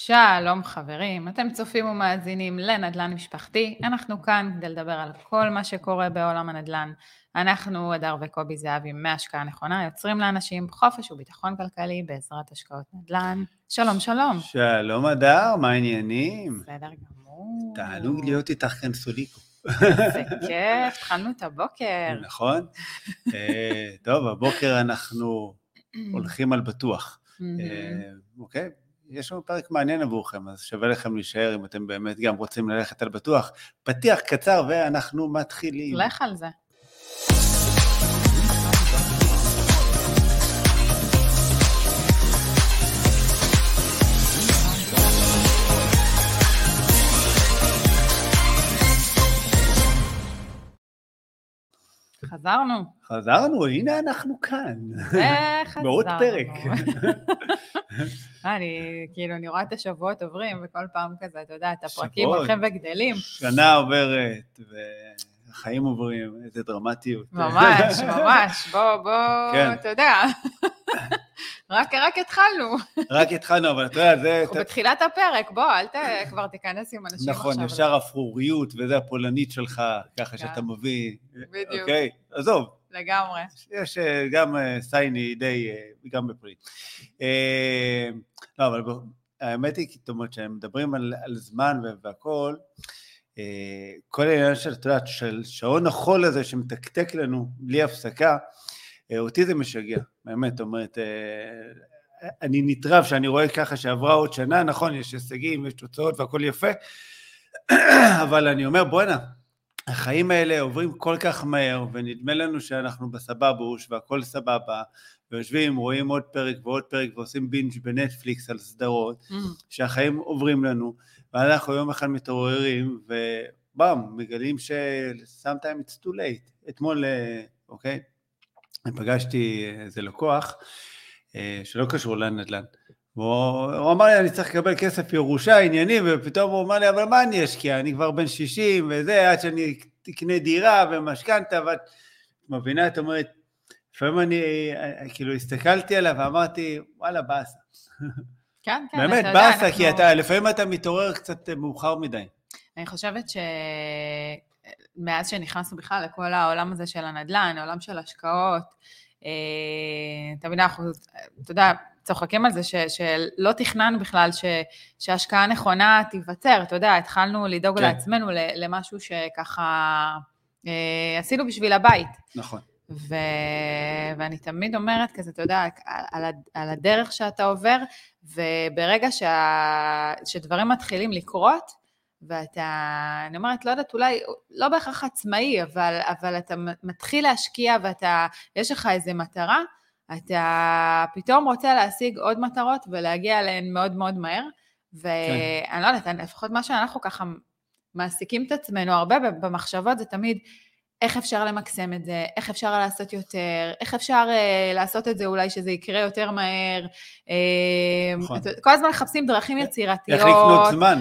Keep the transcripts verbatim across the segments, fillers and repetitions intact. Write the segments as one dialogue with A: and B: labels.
A: שלום חברים, אתם צופים ומאזינים לנדל"ן משפחתי, אנחנו כאן כדי לדבר על כל מה שקורה בעולם הנדל"ן. אנחנו, הדר וקובי זהבי מהשקעה נכונה, יוצרים לאנשים חופש וביטחון כלכלי בעזרת השקעות נדל"ן. שלום שלום.
B: שלום הדר, מה העניינים?
A: בסדר גמור.
B: תענוג להיות איתך כאן סוליקו.
A: איזה כיף, התחלנו את הבוקר.
B: נכון. טוב, הבוקר אנחנו הולכים על בטוח. אוקיי? יש לנו פרק מעניין עבורכם, אז שווה לכם להישאר אם אתם באמת גם רוצים ללכת על בטוח. פתיח קצר ואנחנו מתחילים.
A: לך על זה. חזרנו.
B: חזרנו, הנה אנחנו כאן.
A: וחזרנו.
B: בעוד פרק.
A: אני, כאילו, אני רואה את השבועות עוברים, וכל פעם כזה, אתה יודע, את הפרקים הולכים וגדלים.
B: שנה עוברת, והחיים עוברים, איזה דרמטיות.
A: ממש, ממש, בוא, בוא,
B: כן.
A: אתה יודע. רק, רק התחלנו.
B: רק התחלנו, אבל אתה יודע, זה...
A: אנחנו בתחילת הפרק, בוא, אל ת... כבר תיכנס עם אנשים עכשיו.
B: נכון, ישר אפרוריות, וזה הפולנית שלך, ככה שאתה מביא.
A: בדיוק.
B: אוקיי, עזוב.
A: לגמרי.
B: יש גם סייני די, גם בפרית. לא, אבל האמת היא, זאת אומרת, שהם מדברים על זמן והכל, כל העניין של, אתה יודעת, של שעון החול הזה שמתקתק לנו בלי הפסקה, אותי זה משגע, באמת, זאת אומרת, אני נטרב שאני רואה ככה שעברה עוד שנה, נכון, יש הישגים, יש תוצאות והכל יפה, אבל אני אומר, בוא'נה, החיים האלה עוברים כל כך מהר, ונדמה לנו שאנחנו בסבבוש והכל סבבה, ויושבים, רואים עוד פרק ועוד פרק, ועושים בינג' בנטפליקס על סדרות, mm. שהחיים עוברים לנו, ואנחנו יום אחד מתעוררים, ובאם, מגלים ש-sometimes it's too late. אתמול, אוקיי, פגשתי איזה לקוח, שלא קשור לנדל"ן, והוא אמר לי, אני צריך לקבל כסף ירושה, עניינים, ופתאום הוא אמר לי, אבל מה אני אשקיע? אני כבר בן שישים, וזה, עד שאני תקנה דירה ומשכנתה, ואת מבינה, את אומרת, לפעמים אני, כאילו, הסתכלתי עליו, ואמרתי, וואלה, באסה.
A: כן, כן.
B: באמת, באסה, כי אתה, לפעמים אתה מתעורר קצת מאוחר מדי.
A: אני חושבת שמאז שנכנסנו בכלל לכל העולם הזה של הנדל"ן, העולם של השקעות, תמיד אנחנו, אתה יודע, צוחקים על זה ש, שלא תכננו בכלל ש, שהשקעה נכונה תיווצר, אתה יודע, התחלנו לדאוג כן. לעצמנו למשהו שככה עשינו בשביל הבית.
B: נכון.
A: ו... ואני תמיד אומרת כזה, אתה יודע, על, על הדרך שאתה עובר, וברגע שה... שדברים מתחילים לקרות, ואתה, אני אומרת, לא יודעת, אולי, לא בהכרח עצמאי, אבל, אבל אתה מתחיל להשקיע, ואתה, יש לך איזו מטרה, אתה פתאום רוצה להשיג עוד מטרות, ולהגיע אליהן מאוד מאוד מהר, ואני לא יודעת, לפחות מה שאנחנו ככה מעסיקים את עצמנו, הרבה במחשבות זה תמיד, איך אפשר למקסם את זה, איך אפשר לעשות יותר, איך אפשר uh, לעשות את זה אולי שזה יקרה יותר מהר, נכון. uh, כל הזמן מחפשים דרכים יצירתיות.
B: איך לקנות זמן.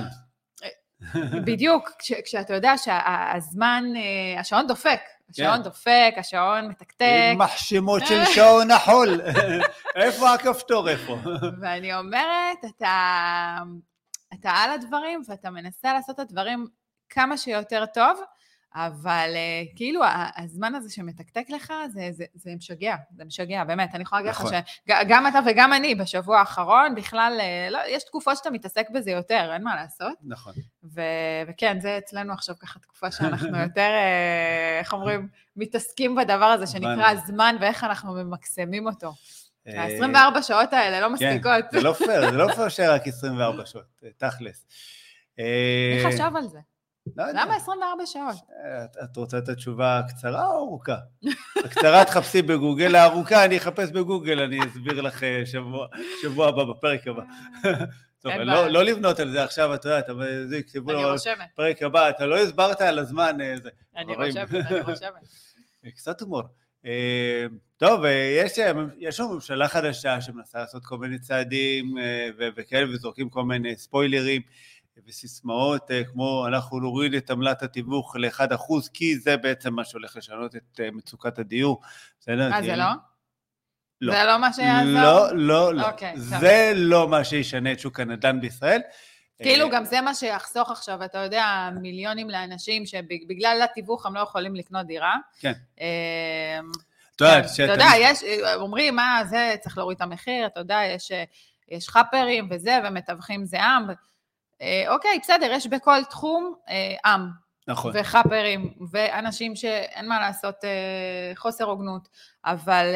A: בדיוק, כש, כשאתה יודע שהזמן, uh, השעון דופק, השעון yeah. דופק, השעון מתקתק.
B: מחשימות של שעון החול, איפה הכפתור, איפה?
A: ואני אומרת, אתה, אתה על הדברים, ואתה מנסה לעשות את הדברים כמה שיותר טוב, אבל uh, כאילו הזמן הזה שמתקתק לך, זה, זה, זה משגע, זה משגע, באמת, אני יכולה להגיד לך שגם אתה וגם אני בשבוע האחרון, בכלל, uh, לא, יש תקופות שאתה מתעסק בזה יותר, אין מה לעשות.
B: נכון.
A: ו- וכן, זה אצלנו עכשיו ככה תקופה שאנחנו יותר, uh, איך אומרים, מתעסקים בדבר הזה שנקרא זמן, ואיך אנחנו ממקסמים אותו. ה-עשרים וארבע שעות האלה לא מספיקות.
B: כן, זה לא פייר, זה לא פייר שרק עשרים וארבע שעות, תכלס.
A: מי חשב על זה? למה עשרים וארבע שעות?
B: את רוצה את התשובה הקצרה או ארוכה? הקצרה תחפשי בגוגל, הארוכה אני אחפש בגוגל, אני אסביר לך שבוע הבא, בפרק הבא. טוב, לא לבנות על זה עכשיו, אתה יודע, זה יכתבו לו בפרק הבא, אתה לא הסברת על הזמן.
A: אני רושבת, אני רושבת.
B: קצת הומור. טוב, יש לנו ממשלה חדשה שמנסה לעשות כל מיני צעדים וכאלה, וזורקים כל מיני ספוילרים, וסיסמאות כמו אנחנו נוריד את עמלת התיווך ל-אחד אחוז, כי זה בעצם מה שהולך לשנות את מצוקת הדיור.
A: אה, זה לא?
B: לא.
A: זה לא מה שיעזור?
B: לא, לא, לא.
A: אוקיי,
B: זה לא מה שישנה את שוק הנדל"ן בישראל.
A: כאילו גם זה מה שיחסוך עכשיו, אתה יודע, מיליונים לאנשים שבגלל התיווך הם לא יכולים לקנות דירה.
B: כן.
A: אתה יודע, יש, אומרים, מה, זה צריך להוריד את המחיר, אתה יודע, יש, יש חפרים וזה, ומתווכים זה עם. אוקיי, בסדר, יש בכל תחום עם.
B: נכון.
A: וחפרים, ואנשים שאין מה לעשות חוסר הוגנות, אבל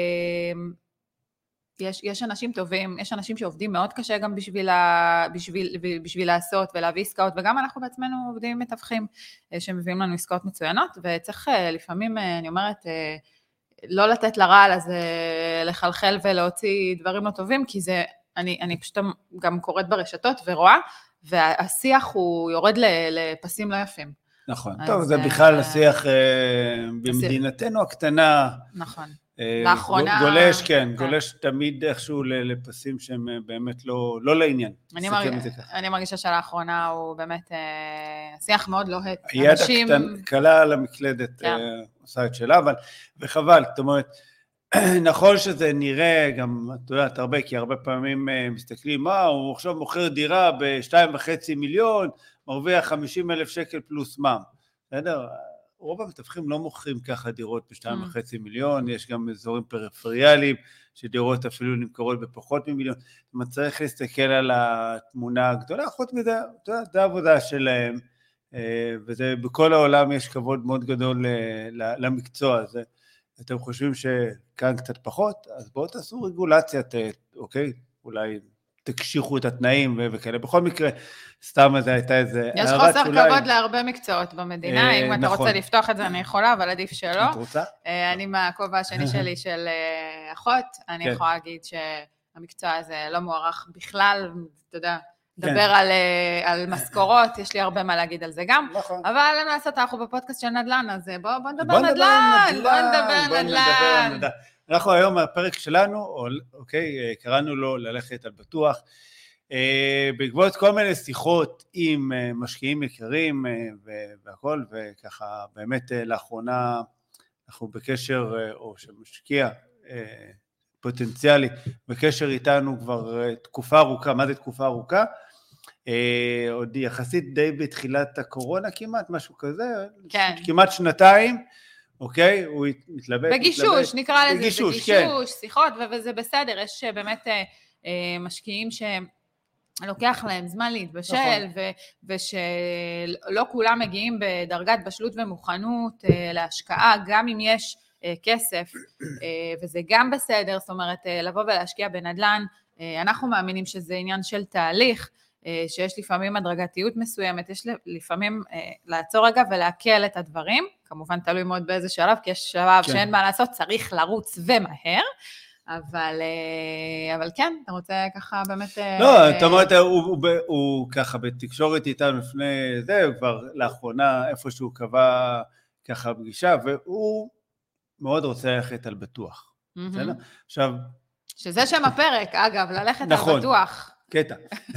A: יש, יש אנשים טובים, יש אנשים שעובדים מאוד קשה גם בשביל, בשביל, בשביל לעשות ולהביא עסקאות, וגם אנחנו בעצמנו עובדים מתווכים שמביאים לנו עסקאות מצוינות, וצריך לפעמים, אני אומרת, לא לתת לרעל הזה לחלחל ולהוציא דברים לא טובים, כי זה, אני, אני פשוט גם קוראת ברשתות ורואה, והשיח הוא יורד לפסים לא יפים.
B: נכון, טוב, זה בכלל השיח במדינתנו הקטנה.
A: נכון. לאחרונה...
B: גולש, כן, גולש תמיד איכשהו לפסים שהם באמת לא לעניין.
A: אני מרגישה שלאחרונה הוא באמת שיח מאוד לוהט.
B: היד הקלה על המקלדת עושה את שלה, אבל וחבל, זאת אומרת, נכון שזה נראה גם, את יודעת, הרבה, כי הרבה פעמים מסתכלים, מה, הוא עכשיו מוכר דירה בשתיים וחצי מיליון, מרוויח חמישים אלף שקל פלוס מע"מ, בסדר? רוב המתווכים לא מוכרים ככה דירות בשתיים וחצי מיליון, יש גם אזורים פריפריאליים, שדירות אפילו נמכרות בפחות ממיליון, זאת אומרת, צריך להסתכל על התמונה הגדולה, חוץ מזה, אתה יודע, זה העבודה שלהם, וזה בכל העולם יש כבוד מאוד גדול למקצוע הזה, אתם חושבים שכאן קצת פחות, אז בואו תעשו רגולציה, אוקיי? אולי תקשיחו את התנאים וכאלה. בכל מקרה, סתם זה הייתה איזה...
A: יש חוסר כבוד להרבה מקצועות במדינה, אם אתה רוצה לפתוח את זה אני יכולה, אבל עדיף שלא.
B: את רוצה?
A: אני מהכובע השני שלי של אחות, אני יכולה להגיד שהמקצוע הזה לא מוערך בכלל, אתה יודע, דבר על, על משכורות, יש לי הרבה מה להגיד על זה גם, נכון. אבל אין לעשות, אנחנו בפודקאסט של נדל"ן, אז בואו בוא נדבר בוא נדל"ן, בואו נדבר בוא נדל"ן. נדבר,
B: אנחנו היום, הפרק שלנו, אוקיי, קראנו לו ללכת על בטוח, בעקבות כל מיני שיחות עם משקיעים יקרים והכל, וככה באמת לאחרונה אנחנו בקשר, או שמשקיע פוטנציאלי, בקשר איתנו כבר תקופה ארוכה, מה זה תקופה ארוכה? עוד יחסית די בתחילת הקורונה כמעט, משהו כזה,
A: כן.
B: כמעט שנתיים, אוקיי, הוא מתלבט,
A: בגישוש,
B: מתלבט.
A: נקרא לזה,
B: בגישוש,
A: בגישוש,
B: כן.
A: שיחות, וזה בסדר, יש באמת משקיעים שלוקח להם זמן להתבשל, נכון. ושלא כולם מגיעים בדרגת בשלות ומוכנות להשקעה, גם אם יש כסף, וזה גם בסדר, זאת אומרת, לבוא ולהשקיע בנדל"ן, אנחנו מאמינים שזה עניין של תהליך, שיש לפעמים הדרגתיות מסוימת, יש לפעמים לעצור רגע ולהקל את הדברים, כמובן תלוי מאוד באיזה שלב, כי יש שלב כן. שאין מה לעשות, צריך לרוץ ומהר, אבל, אבל כן, אתה רוצה ככה באמת...
B: לא, אתה אומרת, הוא, הוא, הוא ככה בתקשורת איתנו לפני זה, הוא כבר לאחרונה איפשהו קבע ככה פגישה, והוא מאוד רוצה ללכת על בטוח. בסדר? עכשיו...
A: שזה שם הפרק, אגב, ללכת
B: נכון.
A: על בטוח.
B: קטע.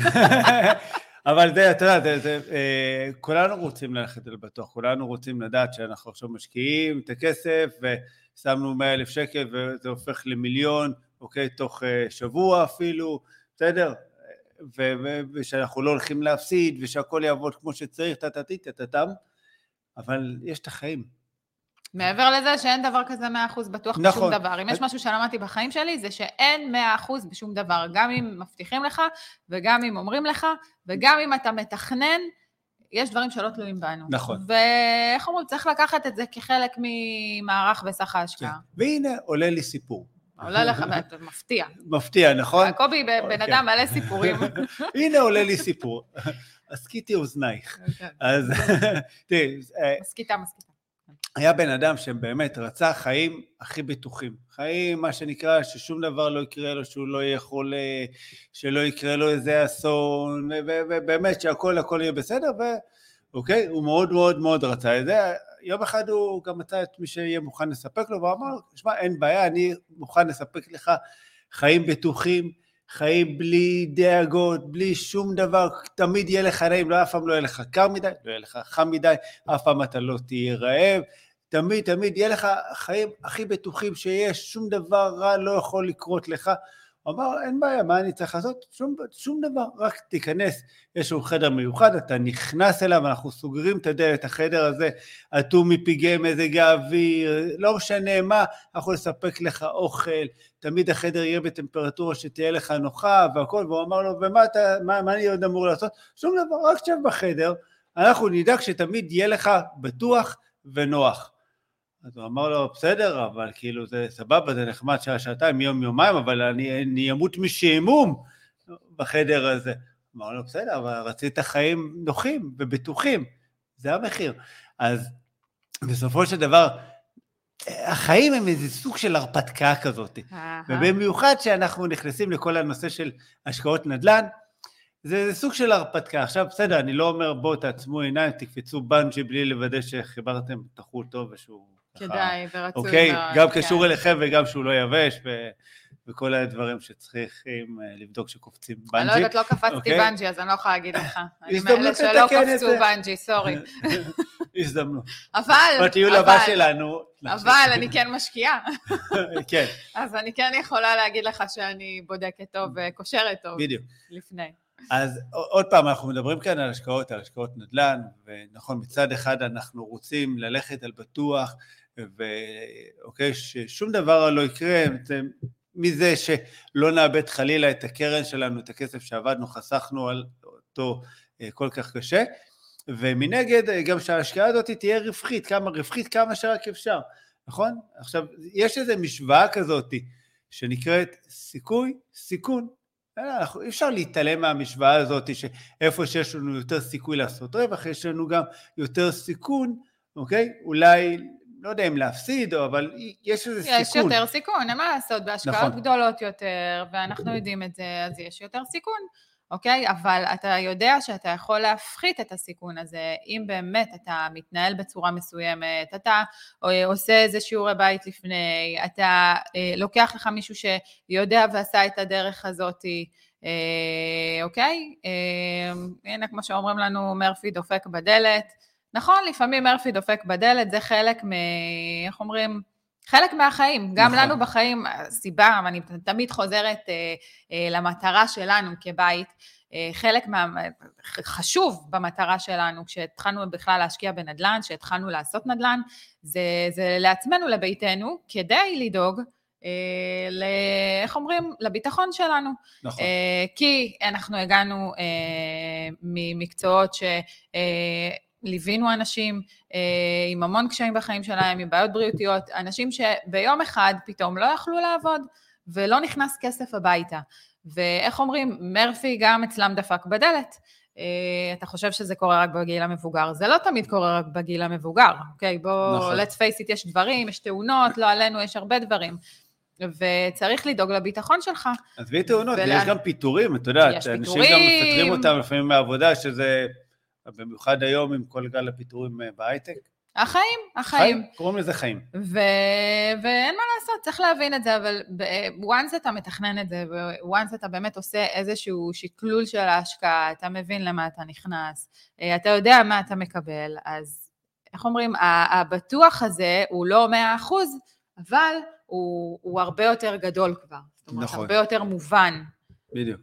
B: אבל זה, אתה יודע, זה, זה, כולנו רוצים ללכת על בטוח, כולנו רוצים לדעת שאנחנו עכשיו משקיעים את הכסף, ושמנו מאה אלף שקל, וזה הופך למיליון, אוקיי, תוך שבוע אפילו, בסדר? ו- ו- ושאנחנו לא הולכים להפסיד, ושהכל יעבוד כמו שצריך, תתתית, תתתם, אבל יש את החיים.
A: מעבר לזה שאין דבר כזה מאה אחוז בטוח נכון. בשום דבר. אם יש משהו שלמדתי בחיים שלי, זה שאין מאה אחוז בשום דבר. גם אם מבטיחים לך, וגם אם אומרים לך, וגם אם אתה מתכנן, יש דברים שלא תלויים בנו.
B: נכון.
A: ואיך אומרים, צריך לקחת את זה כחלק ממערך וסך ההשקעה.
B: כן. והנה עולה לי סיפור.
A: עולה לך, מפתיע.
B: מפתיע, נכון?
A: קובי בן אדם מלא סיפורים.
B: הנה עולה לי סיפור. הסכיתי אוזנייך. אז תראי.
A: מסכיתה, מסכיתה.
B: היה בן אדם שבאמת רצה חיים הכי בטוחים, חיים מה שנקרא ששום דבר לא יקרה לו, שהוא לא יהיה חולה, שלא יקרה לו איזה אסון, ובאמת שהכל הכל יהיה בסדר, ואוקיי, הוא מאוד מאוד מאוד רצה את זה, יום אחד הוא גם מצא את מי שיהיה מוכן לספק לו, ואמר, שמע, אין בעיה, אני מוכן לספק לך חיים בטוחים, חיים בלי דאגות, בלי שום דבר, תמיד יהיה לך נעים, לא אף פעם לא יהיה לך קר מדי, לא יהיה לך חם מדי, אף פעם אתה לא תהיה רעב, תמיד, תמיד, יהיה לך חיים הכי בטוחים שיש, שום דבר רע לא יכול לקרות לך. הוא אמר, אין בעיה, מה אני צריך לעשות? שום, שום דבר, רק תיכנס, יש לו חדר מיוחד, אתה נכנס אליו, אנחנו סוגרים את הדלת, החדר הזה, אטום מפגעי מזג האוויר, לא משנה מה, אנחנו נספק לך אוכל, תמיד החדר יהיה בטמפרטורה שתהיה לך נוחה, והכל, והוא אמר לו, ומה אתה, מה, מה אני עוד אמור לעשות? שום דבר, רק שב בחדר, אנחנו נדאג שתמיד יהיה לך בטוח ונוח. אז הוא אמר לו, בסדר, אבל כאילו זה סבבה, זה נחמד שעה שעתיים, יום יומיים, אבל אני, אני אמות משעמום בחדר הזה. אמר לו, בסדר, אבל רצית חיים נוחים ובטוחים, זה המחיר. אז בסופו של דבר, החיים הם איזה סוג של הרפתקה כזאת, ובמיוחד שאנחנו נכנסים לכל הנושא של השקעות נדל"ן, זה סוג של הרפתקה. עכשיו בסדר, אני לא אומר בואו תעצמו עיניים, תקפצו בנג'י בלי לוודא שחיברתם את החוט טוב ושהוא
A: כדאי ורצוי.
B: אוקיי, גם קשור אליכם וגם שהוא לא יבש וכל הדברים שצריכים לבדוק שקופצים בנג'י.
A: אני לא יודעת, לא קפצתי בנג'י, אז אני לא יכולה להגיד לך. אני מאלה שלא קפצו בנג'י, סורי.
B: הזדמנות.
A: אבל,
B: בטיול הבא שלנו.
A: אבל אני כן משקיעה.
B: כן.
A: אז אני כן יכולה להגיד לך שאני בודקת טוב וקושרת טוב.
B: בדיוק.
A: לפני.
B: אז עוד פעם, אנחנו מדברים כאן על השקעות, על השקעות נדל"ן, ונכון, מצד אחד אנחנו רוצים ללכת על בטוח, ואוקיי, ששום דבר לא יקרה, מזה שלא נאבד חלילה את הקרן שלנו, את הכסף שעבדנו, חסכנו על אותו כל כך קשה, ומנגד גם שההשקעה הזאת תהיה רווחית, כמה רווחית, כמה שרק אפשר, נכון? עכשיו, יש איזו משוואה כזאת, שנקראת סיכוי, סיכון, אי אפשר להתעלם מהמשוואה הזאת, שאיפה שיש לנו יותר סיכוי לעשות רווח, יש לנו גם יותר סיכון, אוקיי? אולי, לא יודע אם להפסיד, אבל יש איזה סיכון.
A: יש יותר סיכון, אין מה לעשות, בהשקעות גדולות יותר, ואנחנו יודעים את זה, אז יש יותר סיכון, אוקיי? אבל אתה יודע שאתה יכול להפחית את הסיכון הזה, אם באמת אתה מתנהל בצורה מסוימת, אתה עושה איזה שיעורי בית לפני, אתה לוקח לך מישהו שיודע ועשה את הדרך הזאת, אוקיי? הנה, כמו שאומרים לנו, מרפי דופק בדלת. נכון, לפעמים מרפי דופק בדלת, זה חלק מ... איך אומרים? חלק מהחיים, גם נכון. לנו בחיים, סיבה, ואני תמיד חוזרת אה, אה, למטרה שלנו כבית, אה, חלק מה... חשוב במטרה שלנו, כשהתחלנו בכלל להשקיע בנדל"ן, כשהתחלנו לעשות נדל"ן, זה, זה לעצמנו, לביתנו, כדי לדאוג, אה, ל... איך אומרים? לביטחון שלנו.
B: נכון.
A: אה, כי אנחנו הגענו אה, ממקצועות ש... אה, ליווינו אנשים אה, עם המון קשיים בחיים שלהם, עם בעיות בריאותיות, אנשים שביום אחד פתאום לא יכלו לעבוד, ולא נכנס כסף הביתה. ואיך אומרים, מרפי גם אצלם דפק בדלת. אה, אתה חושב שזה קורה רק בגיל המבוגר, זה לא תמיד קורה רק בגיל המבוגר, אוקיי? בוא, נכון. let's face it, יש דברים, יש תאונות, לא עלינו, יש הרבה דברים. וצריך לדאוג לביטחון שלך.
B: אז בי תאונות, ולה... יש גם פיתורים, אתה יודע, אנשים פיתורים... גם מפטרים אותם לפעמים מהעבודה, שזה... במיוחד היום עם כל גל הפיטורים בהייטק.
A: החיים, החיים.
B: חיים, קוראים לזה חיים.
A: ו... ואין מה לעשות, צריך להבין את זה, אבל once אתה מתכנן את זה, once אתה באמת עושה איזשהו שקלול של ההשקעה, אתה מבין למה אתה נכנס, אתה יודע מה אתה מקבל, אז איך אומרים, הבטוח הזה הוא לא מאה אחוז, אבל הוא, הוא הרבה יותר גדול כבר. זאת אומרת, נכון. הרבה יותר מובן.
B: בדיוק.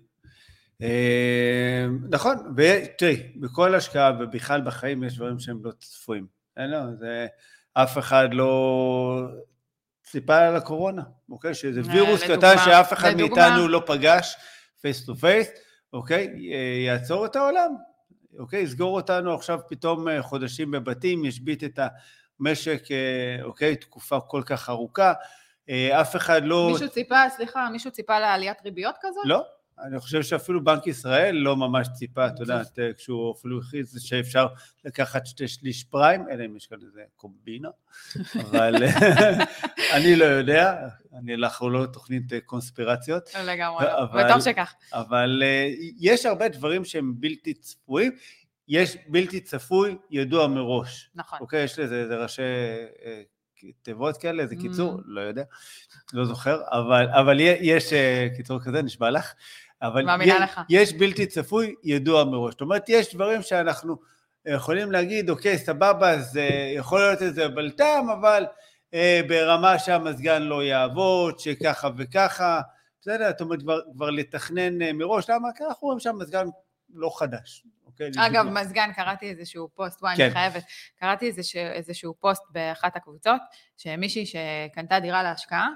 B: נכון, ותראי, בכל השקעה ובכלל בחיים יש דברים שהם לא צפויים, אף אחד לא ציפה על הקורונה, אוקיי, שזה וירוס קטן שאף אחד מאיתנו לא פגש פייס טו פייס, אוקיי, יעצור את העולם, אוקיי, יסגור אותנו עכשיו פתאום חודשים בבתים, ישבית את המשק, אוקיי, תקופה כל כך ארוכה, אף אחד לא...
A: מישהו ציפה, סליחה, מישהו ציפה לעליית ריביות כזאת?
B: לא. אני חושב שאפילו בנק ישראל לא ממש ציפה, אתה יודע, כשהוא אפילו הכריז שאפשר לקחת שתי שליש פריים, אלא אם יש כאן איזה קומבינה, אבל אני לא יודע, אני אנחנו לא תוכנית קונספירציות.
A: לגמרי, וטוב שכך.
B: אבל יש הרבה דברים שהם בלתי צפויים, יש בלתי צפוי ידוע מראש.
A: נכון.
B: אוקיי, יש לזה איזה ראשי... תיבות כאלה, איזה קיצור, לא יודע, לא זוכר, אבל, אבל יש קיצור כזה, נשבע לך, אבל יש, יש בלתי צפוי ידוע מראש, זאת אומרת, יש דברים שאנחנו יכולים להגיד, אוקיי, סבבה, זה יכול להיות איזה בלטם, אבל אה, ברמה שהמזגן לא יעבוד, שככה וככה, בסדר, זאת אומרת, כבר, כבר לתכנן אה, מראש, למה? כי אנחנו רואים שהמזגן לא חדש. אוקיי,
A: אגב, מזגן, קראתי איזשהו פוסט, וואי, כן. אני חייבת, קראתי איזשהו, איזשהו פוסט באחת הקבוצות, שמישהי שקנתה דירה להשקעה,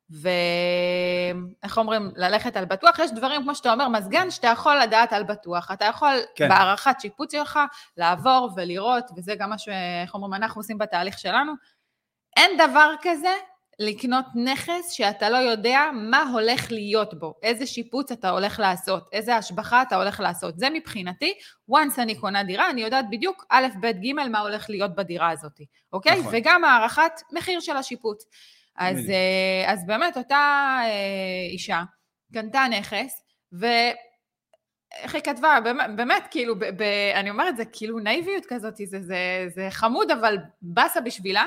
A: ואיך אומרים, ללכת על בטוח, יש דברים, כמו שאתה אומר, מזגן, שאתה יכול לדעת על בטוח, אתה יכול כן. בערכת שיפוץ שלך, לעבור ולראות, וזה גם מה שאיך אומרים, אנחנו עושים בתהליך שלנו, אין דבר כזה, לקנות נכס שאתה לא יודע מה הולך להיות בו, איזה שיפוץ אתה הולך לעשות, איזה השבחה אתה הולך לעשות. זה מבחינתי, once אני קונה דירה, אני יודעת בדיוק א', ב', ג', מה הולך להיות בדירה הזאת, אוקיי? נכון. וגם הערכת מחיר של השיפוץ. אז, אז באמת אותה אישה קנתה נכס, ואיך היא כתבה, באמת, כאילו, ב, ב, אני אומרת, זה כאילו נאיביות כזאת, זה, זה, זה חמוד, אבל בסה בשבילה,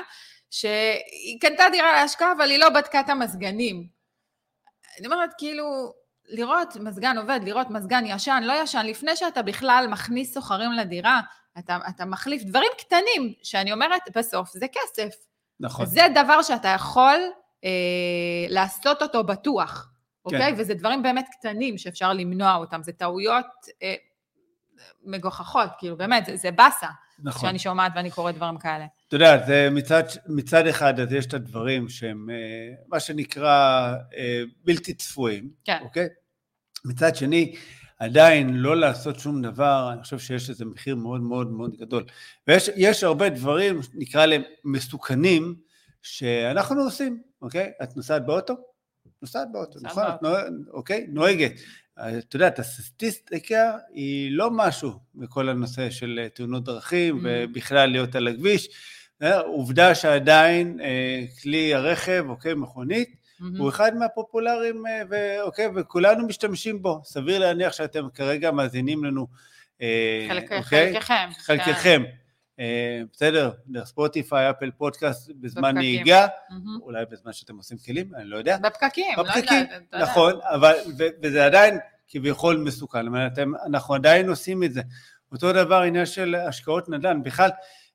A: שהיא קנתה דירה להשקעה, אבל היא לא בדקה את המזגנים. אני אומרת, כאילו, לראות מזגן עובד, לראות מזגן ישן, לא ישן, לפני שאתה בכלל מכניס סוחרים לדירה, אתה, אתה מחליף דברים קטנים, שאני אומרת, בסוף זה כסף.
B: נכון.
A: זה דבר שאתה יכול אה, לעשות אותו בטוח, כן. אוקיי? וזה דברים באמת קטנים שאפשר למנוע אותם, זה טעויות אה, מגוחכות, כאילו, באמת, זה, זה בסה. נכון. שאני שומעת ואני קוראת דברים כאלה.
B: אתה יודע, זה מצד, מצד אחד, אז יש את הדברים שהם, מה שנקרא, בלתי צפויים, כן. אוקיי? מצד שני, עדיין לא לעשות שום דבר, אני חושב שיש איזה מחיר מאוד מאוד מאוד גדול. ויש יש הרבה דברים, נקרא להם מסוכנים, שאנחנו עושים, אוקיי? את נוסעת באוטו? נוסעת באוטו, נכון? באוטו. אוקיי? נוהגת. אתה יודע, הסטטיסטיקה היא לא משהו בכל הנושא של תאונות דרכים, mm-hmm. ובכלל להיות על הכביש. עובדה שעדיין כלי הרכב, אוקיי, מכונית, mm-hmm. הוא אחד מהפופולריים, ואוקיי, וכולנו משתמשים בו. סביר להניח שאתם כרגע מאזינים לנו,
A: חלק,
B: אוקיי?
A: חלקכם.
B: חלקכם. בסדר, ספוטיפיי, אפל פודקאסט, בזמן נהיגה, אולי בזמן שאתם עושים כלים, אני לא יודע.
A: בפקקים,
B: לא יודעת. נכון, וזה עדיין כביכול מסוכן, אנחנו עדיין עושים את זה. אותו דבר עניין של השקעות נדל"ן, בכלל,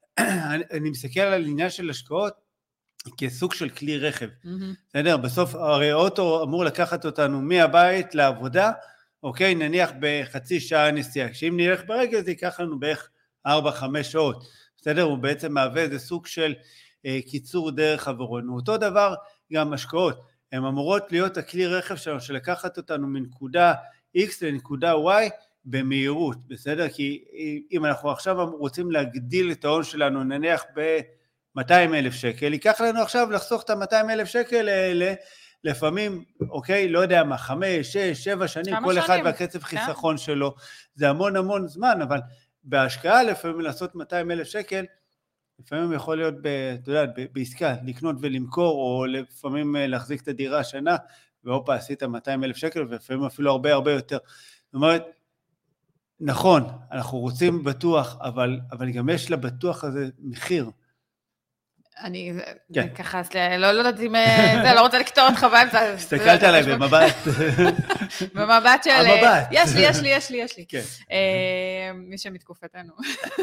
B: אני מסתכל על עניין של השקעות כסוג של כלי רכב. בסדר, בסוף הרי אוטו אמור לקחת אותנו מהבית לעבודה, אוקיי, נניח בחצי שעה נסיעה, כשאם נלך ברגל זה ייקח לנו בערך ארבע חמש שעות, בסדר? הוא בעצם מהווה איזה סוג של אה, קיצור דרך עבורנו. אותו דבר גם השקעות, הן אמורות להיות הכלי רכב שלנו, שלקחת אותנו מנקודה X לנקודה Y במהירות, בסדר? כי אם אנחנו עכשיו רוצים להגדיל את ההון שלנו, נניח ב-מאתיים אלף שקל, ייקח לנו עכשיו לחסוך את ה-מאתיים אלף שקל האלה, לפעמים, אוקיי, לא יודע מה, חמש, שש, שבע שנים, כל שנים. אחד והקצב חיסכון כן. שלו, זה המון המון זמן, אבל בהשקעה לפעמים לעשות מאתיים אלף שקל, לפעמים יכול להיות, ב, אתה יודע, ב, בעסקה, לקנות ולמכור, או לפעמים להחזיק את הדירה השנה, והופה, עשית מאתיים אלף שקל, ולפעמים אפילו הרבה הרבה יותר. זאת אומרת, נכון, אנחנו רוצים בטוח, אבל, אבל גם יש לבטוח הזה מחיר.
A: אני ככה, לא יודעת אם זה, לא רוצה לקטור אותך באמצע.
B: הסתכלת עליי במבט.
A: במבט של, יש לי, יש לי, יש לי, יש לי. מי שמתקופתנו.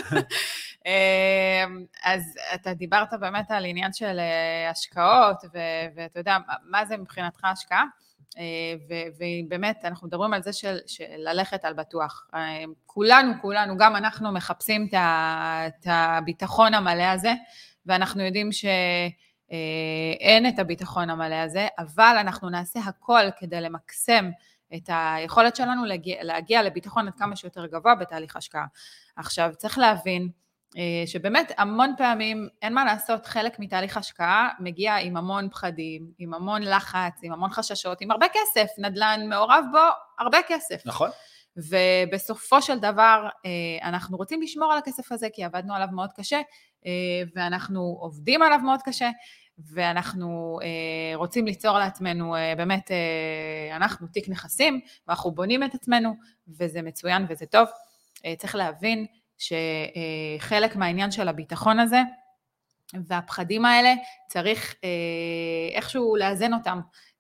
A: אז אתה דיברת באמת על עניין של השקעות, ואתה יודע, מה זה מבחינתך השקעה? ובאמת אנחנו מדברים על זה של ללכת על בטוח. כולנו, כולנו, גם אנחנו מחפשים את הביטחון המלא הזה, ואנחנו יודעים שאין את הביטחון המלא הזה, אבל אנחנו נעשה הכל כדי למקסם את היכולת שלנו להגיע, להגיע לביטחון עד כמה שיותר גבוה בתהליך השקעה. עכשיו, צריך להבין שבאמת המון פעמים, אין מה לעשות, חלק מתהליך השקעה מגיע עם המון פחדים, עם המון לחץ, עם המון חששות, עם הרבה כסף, נדל"ן מעורב בו הרבה כסף.
B: נכון.
A: ובסופו של דבר אנחנו רוצים לשמור על הכסף הזה, כי עבדנו עליו מאוד קשה, ואנחנו עובדים עליו מאוד קשה, ואנחנו רוצים ליצור לעצמנו, באמת אנחנו תיק נכסים, ואנחנו בונים את עצמנו, וזה מצוין וזה טוב. צריך להבין שחלק מהעניין של הביטחון הזה, והפחדים האלה, צריך איכשהו לאזן אותם,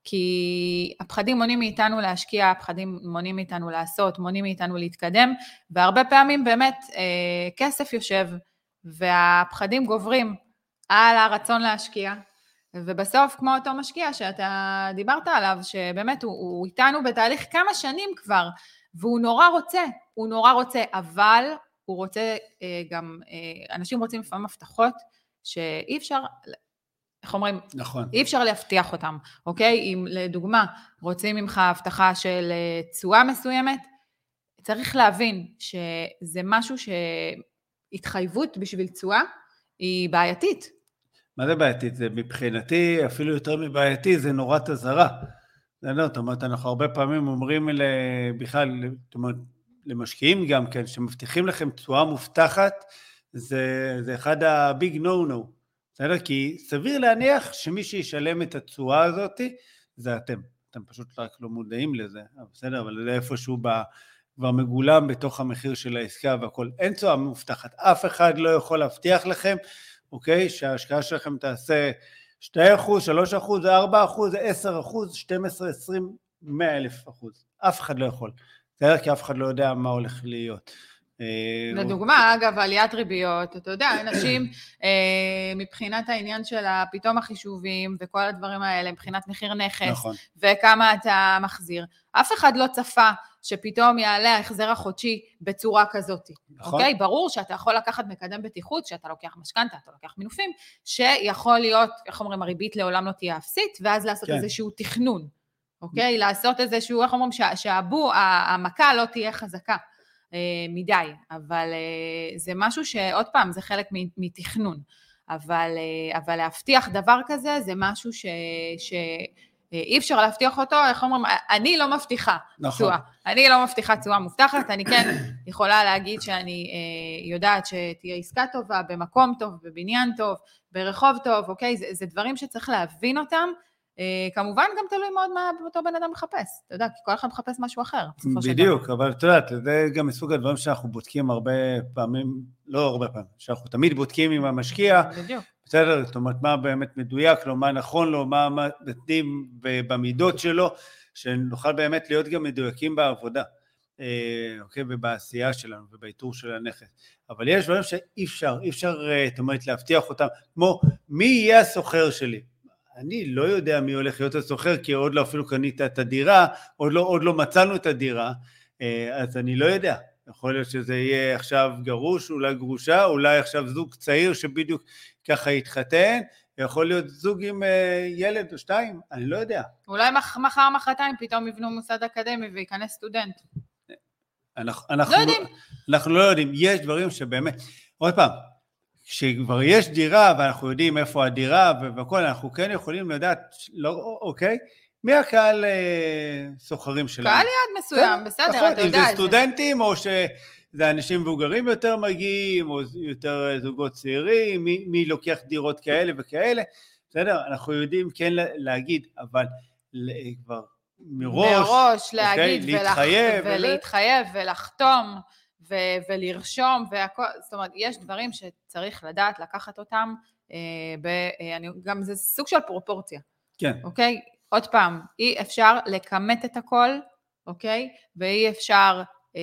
A: כי הפחדים מונים מאיתנו להשקיע, הפחדים מונים מאיתנו לעשות, מונים מאיתנו להתקדם, והרבה פעמים באמת אה, כסף יושב, והפחדים גוברים על הרצון להשקיע, ובסוף כמו אותו משקיע שאתה דיברת עליו, שבאמת הוא, הוא איתנו בתהליך כמה שנים כבר, והוא נורא רוצה, הוא נורא רוצה, אבל הוא רוצה אה, גם, אה, אנשים רוצים לפעמים הבטחות, שאי אפשר, איך אומרים?
B: נכון.
A: אי אפשר להבטיח אותם, אוקיי? אם לדוגמה רוצים ממך הבטחה של תשואה מסוימת, צריך להבין שזה משהו שהתחייבות בשביל תשואה היא בעייתית.
B: מה זה בעייתית? זה מבחינתי, אפילו יותר מבעייתי, זה נורת הזרה. זה לא, זאת אומרת, אנחנו הרבה פעמים אומרים בכלל, זאת אומרת, למשקיעים גם כן, שמבטיחים לכם תשואה מובטחת, זה, זה אחד הביג נו נו. בסדר? כי סביר להניח שמי שישלם את התשואה הזאת, זה אתם. אתם פשוט רק לא מודעים לזה, בסדר? אבל זה איפשהו כבר מגולם בתוך המחיר של העסקה והכל. אין תשואה מובטחת. אף אחד לא יכול להבטיח לכם, אוקיי? שההשקעה שלכם תעשה שני אחוז, שלוש אחוז, ארבע אחוז, עשר אחוז, שתים עשרה, עשרים, מאה אלף אחוז. אף אחד לא יכול. בסדר? כי אף אחד לא יודע מה הולך להיות.
A: לדוגמה, אגב, עליית ריביות, אתה יודע, אנשים מבחינת העניין של פתאום החישובים וכל הדברים האלה, מבחינת מחיר נכס, וכמה אתה מחזיר, אף אחד לא צפה שפתאום יעלה ההחזר החודשי בצורה כזאת. אוקיי? ברור שאתה יכול לקחת מקדם בטיחות, שאתה לוקח משכנתה, אתה לוקח מינופים, שיכול להיות, איך אומרים, הריבית לעולם לא תהיה אפסית, ואז לעשות איזשהו תכנון. אוקיי? לעשות איזשהו, איך אומרים, שהאבו, המכה לא תהיה חזקה. מדי, אבל זה משהו שעוד פעם, זה חלק מתכנון, אבל, אבל להבטיח דבר כזה, זה משהו ש, שאי אפשר להבטיח אותו, איך אומרים, אני לא מבטיחה תשואה, אני לא מבטיחה תשואה מובטחת, אני כן יכולה להגיד שאני יודעת שתהיה עסקה טובה, במקום טוב, בבניין טוב, ברחוב טוב, אוקיי? זה, זה דברים שצריך להבין אותם, כמובן גם תלוי מאוד מה אותו בן אדם מחפש, אתה יודע, כי כל אחד מחפש משהו אחר.
B: בדיוק, אבל אתה יודעת, זה גם מסוג הדברים שאנחנו בודקים הרבה פעמים, לא הרבה פעמים, שאנחנו תמיד בודקים עם המשקיע,
A: בדיוק.
B: בסדר, זאת אומרת, מה באמת מדויק לו, מה נכון לו, מה מתאים במידות שלו, שנוכל באמת להיות גם מדויקים בעבודה, אוקיי, ובעשייה שלנו, ובאיתור של הנכס. אבל יש דברים שאי אפשר, אי אפשר, זאת אומרת, להבטיח אותם, כמו, מי יהיה הסוחר שלי? אני לא יודע מי הולך להיות הסוחר, כי עוד לא אפילו קנית את הדירה, עוד לא, עוד לא מצאנו את הדירה, אז אני לא יודע. יכול להיות שזה יהיה עכשיו גרוש, אולי גרושה, אולי עכשיו זוג צעיר שבדיוק ככה יתחתן, יכול להיות זוג עם ילד או שתיים, אני לא יודע.
A: אולי מחר מחרתיים פתאום יבנו מוסד אקדמי וייכנס סטודנט.
B: אנחנו, אנחנו, לא יודעים. אנחנו לא יודעים, יש דברים שבאמת, עוד פעם, כשכבר יש דירה, ואנחנו יודעים איפה הדירה, וכל, אנחנו כן יכולים לדעת, לא, אוקיי, מי הקהל אה, סוחרים שלנו?
A: קהל יעד מסוים, בסדר,
B: נכון,
A: אתה יודע.
B: אם זה סטודנטים, או שזה אנשים מבוגרים יותר מגיעים, או יותר זוגות צעירים, מי, מי לוקח דירות כאלה וכאלה, בסדר, אנחנו יודעים כן להגיד, אבל כבר מראש,
A: מראש להגיד,
B: אוקיי, להתחייב,
A: ולהתחייב, ולחתום, ו- ולרשום, והכל, זאת אומרת, יש דברים שצריך לדעת לקחת אותם, אה, ב- אה, אני, גם זה סוג של פרופורציה.
B: כן.
A: אוקיי? עוד פעם, אי אפשר לקמת את הכל, אוקיי? ואי אפשר אה,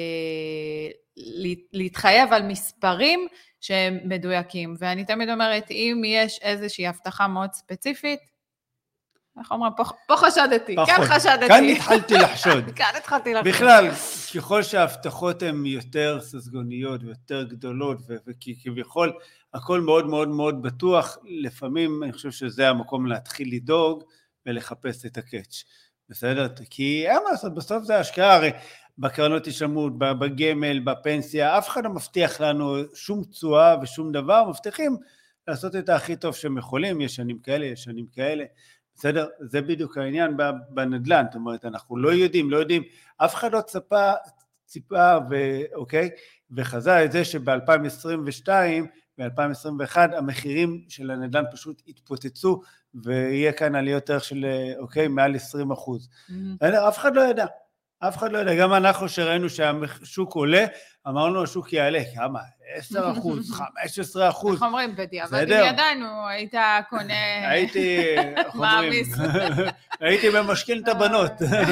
A: להתחייב על מספרים שהם מדויקים. ואני תמיד אומרת, אם יש איזושהי הבטחה מאוד ספציפית, איך אומרים, פה, פה חשדתי, פחות. כאן חשדתי.
B: כאן התחלתי לחשוד.
A: כאן התחלתי לחשוד.
B: בכלל, ככל שההבטחות הן יותר ססגוניות ויותר גדולות, וכביכול הכל מאוד מאוד מאוד בטוח, לפעמים אני חושב שזה המקום להתחיל לדאוג ולחפש את הקאץ'. בסדר? כי אין מה לעשות, בסוף זה השקעה, הרי בקרנות השתלמות, בגמל, בפנסיה, אף אחד לא מבטיח לנו שום תשואה ושום דבר, מבטיחים לעשות את הכי טוב שהם יכולים, יש שנים כאלה, יש שנים כאלה, בסדר? זה בדיוק העניין בנדל"ן, זאת אומרת, אנחנו לא יודעים, לא יודעים, אף אחד לא צפה, ציפה, ואוקיי, וחזה את זה שב-אלפיים עשרים ושתיים ב-אלפיים עשרים ואחת המחירים של הנדל"ן פשוט התפוצצו, ויהיה כאן עליות ערך של, אוקיי, מעל עשרים אחוז. Mm-hmm. אף אחד לא ידע, אף אחד לא יודע, גם אנחנו שראינו שהשוק עולה, אמרנו השוק יעלה, כמה? עשרה אחוז, חמש עשרה אחוז.
A: איך אומרים, בדיעבד אם ידענו, היית קונה...
B: הייתי, איך אומרים?
A: מעמיס.
B: הייתי ממשכין את הבנות.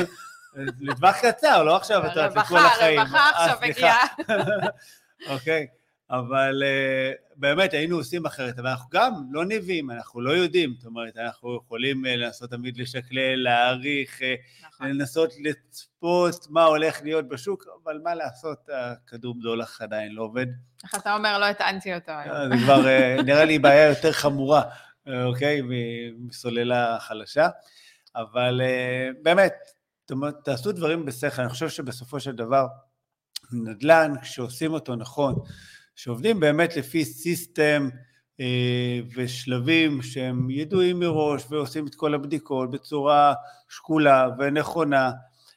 B: לטווח קצר, לא עכשיו, אתה יודעת, לכל החיים.
A: רווחה, רווחה עכשיו הגיעה.
B: אוקיי, אבל באמת היינו עושים אחרת, אבל אנחנו גם לא נביאים, אנחנו לא יודעים, זאת אומרת, אנחנו יכולים לנסות תמיד לשקלל, להעריך, לנסות לצפות מה הולך להיות בשוק, אבל מה לעשות, הכדור בדולח עדיין לא עובד. איך
A: אתה אומר, לא הטענתי אותו.
B: זה כבר נראה לי בעיה יותר חמורה, אוקיי, מסוללה חלשה, אבל באמת, תעשו דברים בשכל, אני חושב שבסופו של דבר, נדל"ן, כשעושים אותו נכון, שעובדים באמת לפי סיסטם אה, ושלבים שהם ידועים מראש ועושים את כל הבדיקות בצורה שקולה ונכונה,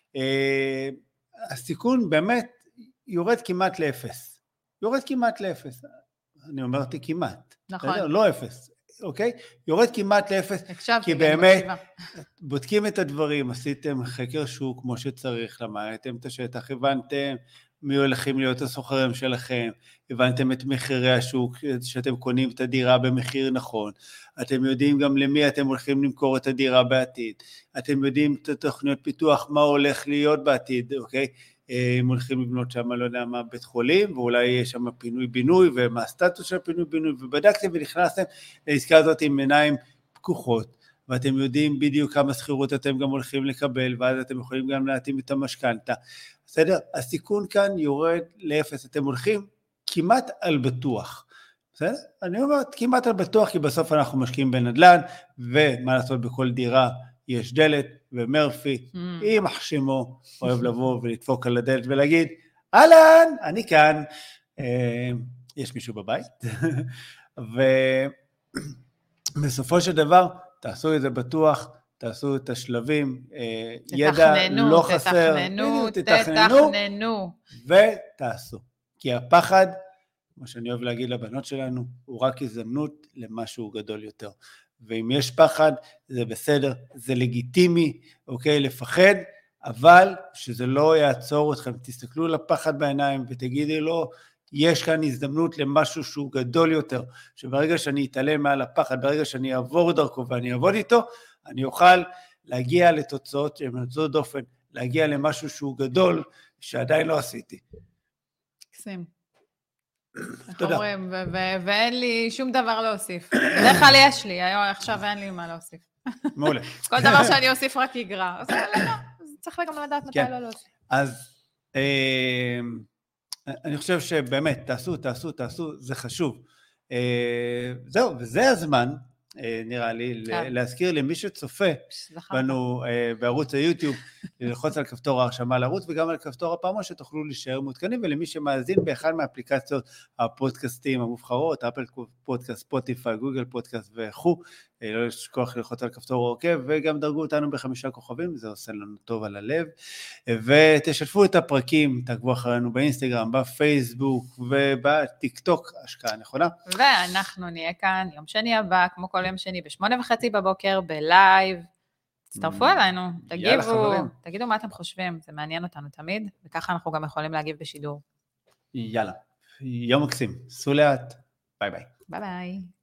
B: אה, הסיכון באמת יורד כמעט לאפס. יורד כמעט לאפס. אני אומרתי כמעט.
A: נכון.
B: לא, לא אפס, אוקיי? יורד כמעט לאפס.
A: הקשבתי,
B: כי באמת בודקים את הדברים, עשיתם חקר שוק כמו שצריך, למדתם את השטח, הבנתם מי הולכים להיות הסוחרים שלכם, הבנתם את מחירי השוק, שאתם קונים את הדירה במחיר נכון, אתם יודעים גם למי אתם הולכים למכור את הדירה בעתיד, אתם יודעים את התוכניות פיתוח, מה הולך להיות בעתיד, אוקיי? אם הולכים לבנות שם, לא יודע מה, בית חולים, ואולי יש שם פינוי-בינוי, ומה הסטטוס של פינוי-בינוי, ובדקתם ונכנסתם לעסקה הזאת עם עיניים פקוחות, ואתם יודעים בדיוק כמה שכירות אתם גם הולכים לקבל, ואז אתם יכולים גם להתאים את המשכנתה. בסדר? הסיכון כאן יורד לאפס, אתם הולכים כמעט על בטוח. בסדר? אני אומר כמעט על בטוח, כי בסוף אנחנו משקיעים בנדל"ן, ומה לעשות בכל דירה יש דלת, ומרפי, mm. עם מחשימו, אוהב לבוא ולדפוק על הדלת ולהגיד, אהלן, אני כאן, אה, יש מישהו בבית, ובסופו של דבר, תעשו את זה בטוח, תעשו את השלבים, ידע לא חסר,
A: תתכננו, תתכננו,
B: ותעשו. כי הפחד, כמו שאני אוהב להגיד לבנות שלנו, הוא רק הזדמנות למשהו גדול יותר. ואם יש פחד, זה בסדר, זה לגיטימי, אוקיי, לפחד, אבל שזה לא יעצור אתכם, תסתכלו לפחד בעיניים ותגידי לו, יש כאן הזדמנות למשהו שהוא גדול יותר, שברגע שאני אתעלם מעל הפחד, ברגע שאני אעבור דרכו ואני אעבוד איתו, אני אוכל להגיע לתוצאות שהן יוצאות דופן, להגיע למשהו שהוא גדול, שעדיין לא עשיתי.
A: קסים. תודה. ואין לי שום דבר להוסיף. בדרך כלל יש לי, עכשיו אין לי מה להוסיף.
B: מעולה.
A: כל דבר שאני אוסיף רק יגרע. אז צריך גם לדעת מתי לא להוסיף.
B: אז אני חושב שבאמת, תעשו, תעשו, תעשו, זה חשוב. זהו, וזה הזמן, נראה לי, להזכיר למי שצופה בנו בערוץ היוטיוב, ללחוץ על כפתור ההרשמה לערוץ, וגם על כפתור הפעמון שתוכלו להישאר מותקנים, ולמי שמאזין באחד מהאפליקציות הפודקאסטים המובחרות, אפל פודקאסט, ספוטיפיי, גוגל פודקאסט וכו', לא לשכוח ללחוץ על כפתור העוקב, וגם דרגו אותנו בחמישה כוכבים, זה עושה לנו טוב על הלב, ותשתפו את הפרקים, תעקבו אחרינו באינסטגרם, בפייסבוק ובטיקטוק, השקעה נכונה.
A: ואנחנו נהיה כאן יום שני הבא, כמו כל יום שני, בשמונה וחצי בבוקר, בלייב. תצטרפו אלינו, תגיבו, תגידו מה אתם חושבים, זה מעניין אותנו תמיד, וככה אנחנו גם יכולים להגיב בשידור.
B: יאללה, יום מקסים, סעו לאט, ביי ביי.
A: ביי ביי.